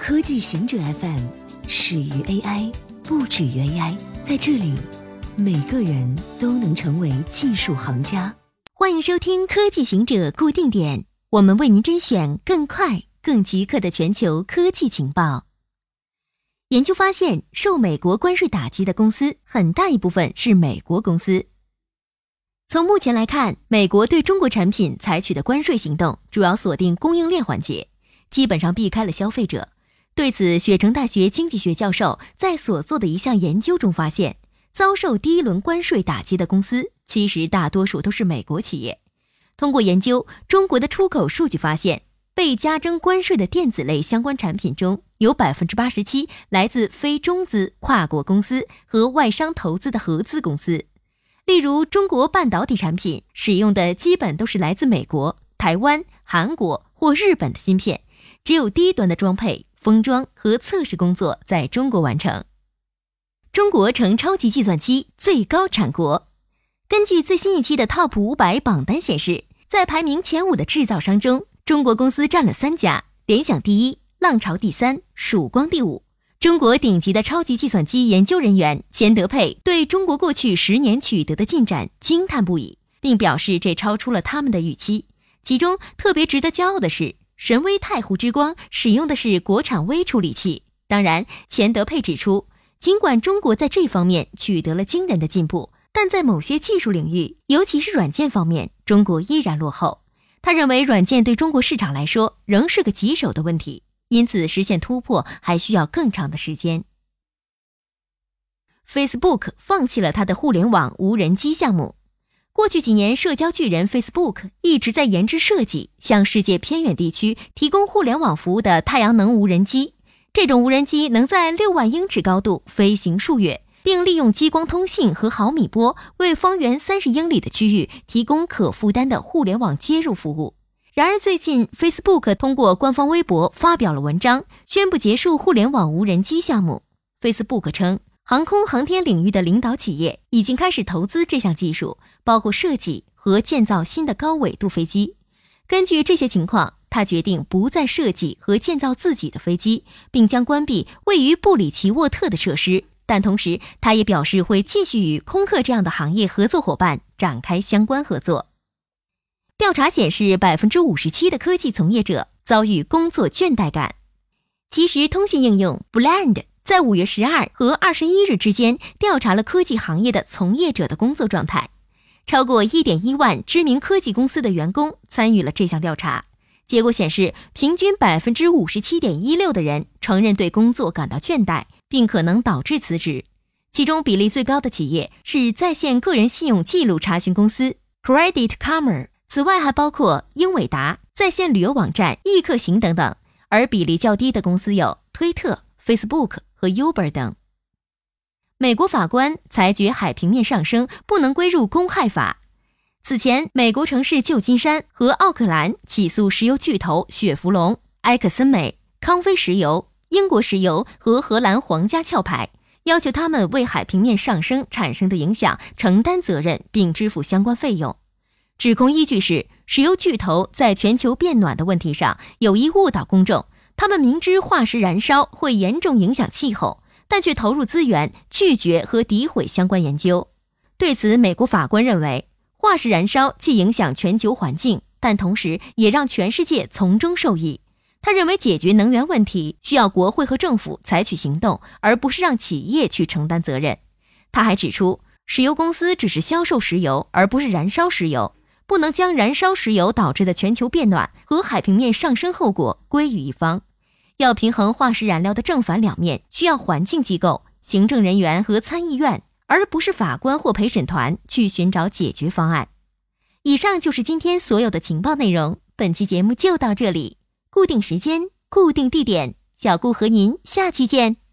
科技行者 FM 始于 AI， 不止于 AI。在这里，每个人都能成为技术行家。 欢迎收听科技行者固定点，我们为您甄选更快、更即刻的全球科技情报。研究发现，受美国关税打击的公司很大一部分是美国公司。从目前来看，美国对中国产品采取的关税行动主要锁定供应链环节，基本上避开了消费者。对此，雪城大学经济学教授在所做的一项研究中发现，遭受第一轮关税打击的公司其实大多数都是美国企业。通过研究中国的出口数据发现，被加征关税的电子类相关产品中有 87% 来自非中资跨国公司和外商投资的合资公司。例如，中国半导体产品使用的基本都是来自美国、台湾、韩国或日本的芯片，只有低端的装配、封装和测试工作在中国完成。中国成超级计算机最高产国。根据最新一期的 Top 500榜单显示，在排名前5的制造商中，中国公司占了3家，联想第1，浪潮第3，曙光第5。中国顶级的超级计算机研究人员钱德佩对中国过去10年取得的进展惊叹不已，并表示这超出了他们的预期。其中特别值得骄傲的是，神威太湖之光使用的是国产微处理器。当然，钱德佩指出，尽管中国在这方面取得了惊人的进步，但在某些技术领域，尤其是软件方面，中国依然落后。他认为软件对中国市场来说仍是个棘手的问题，因此实现突破还需要更长的时间。Facebook 放弃了它的互联网无人机项目。过去几年，社交巨人 Facebook 一直在研制设计向世界偏远地区提供互联网服务的太阳能无人机。这种无人机能在6万英尺高度飞行数月，并利用激光通信和毫米波为方圆30英里的区域提供可负担的互联网接入服务。然而最近 Facebook 通过官方微博发表了文章，宣布结束互联网无人机项目。 Facebook 称，航空航天领域的领导企业已经开始投资这项技术，包括设计和建造新的高纬度飞机。根据这些情况，他决定不再设计和建造自己的飞机，并将关闭位于布里奇沃特的设施。但同时，他也表示会继续与空客这样的行业合作伙伴展开相关合作。调查显示 57% 的科技从业者遭遇工作倦怠感。即时通讯应用 Blend 在5月12和21日之间调查了科技行业的从业者的工作状态。超过 1.1 万知名科技公司的员工参与了这项调查。结果显示，平均 57.16% 的人承认对工作感到倦怠，并可能导致辞职。其中比例最高的企业是在线个人信用记录查询公司 Credit Karma， 此外还包括英伟达、在线旅游网站易客行等等，而比例较低的公司有推特、Facebook 和 Uber 等。美国法官裁决海平面上升不能归入公害法。此前，美国城市旧金山和奥克兰起诉石油巨头雪佛龙、埃克森美、康菲石油、英国石油和荷兰皇家壳牌，要求他们为海平面上升产生的影响承担责任并支付相关费用。指控依据是，石油巨头在全球变暖的问题上有意误导公众，他们明知化石燃烧会严重影响气候，但却投入资源拒绝和诋毁相关研究。对此，美国法官认为，化石燃烧既影响全球环境，但同时也让全世界从中受益。他认为解决能源问题需要国会和政府采取行动，而不是让企业去承担责任。他还指出，石油公司只是销售石油，而不是燃烧石油，不能将燃烧石油导致的全球变暖和海平面上升后果归于一方。要平衡化石燃料的正反两面，需要环境机构、行政人员和参议院，而不是法官或陪审团去寻找解决方案。以上就是今天所有的情报内容，本期节目就到这里。固定时间，固定地点，小顾和您下期见。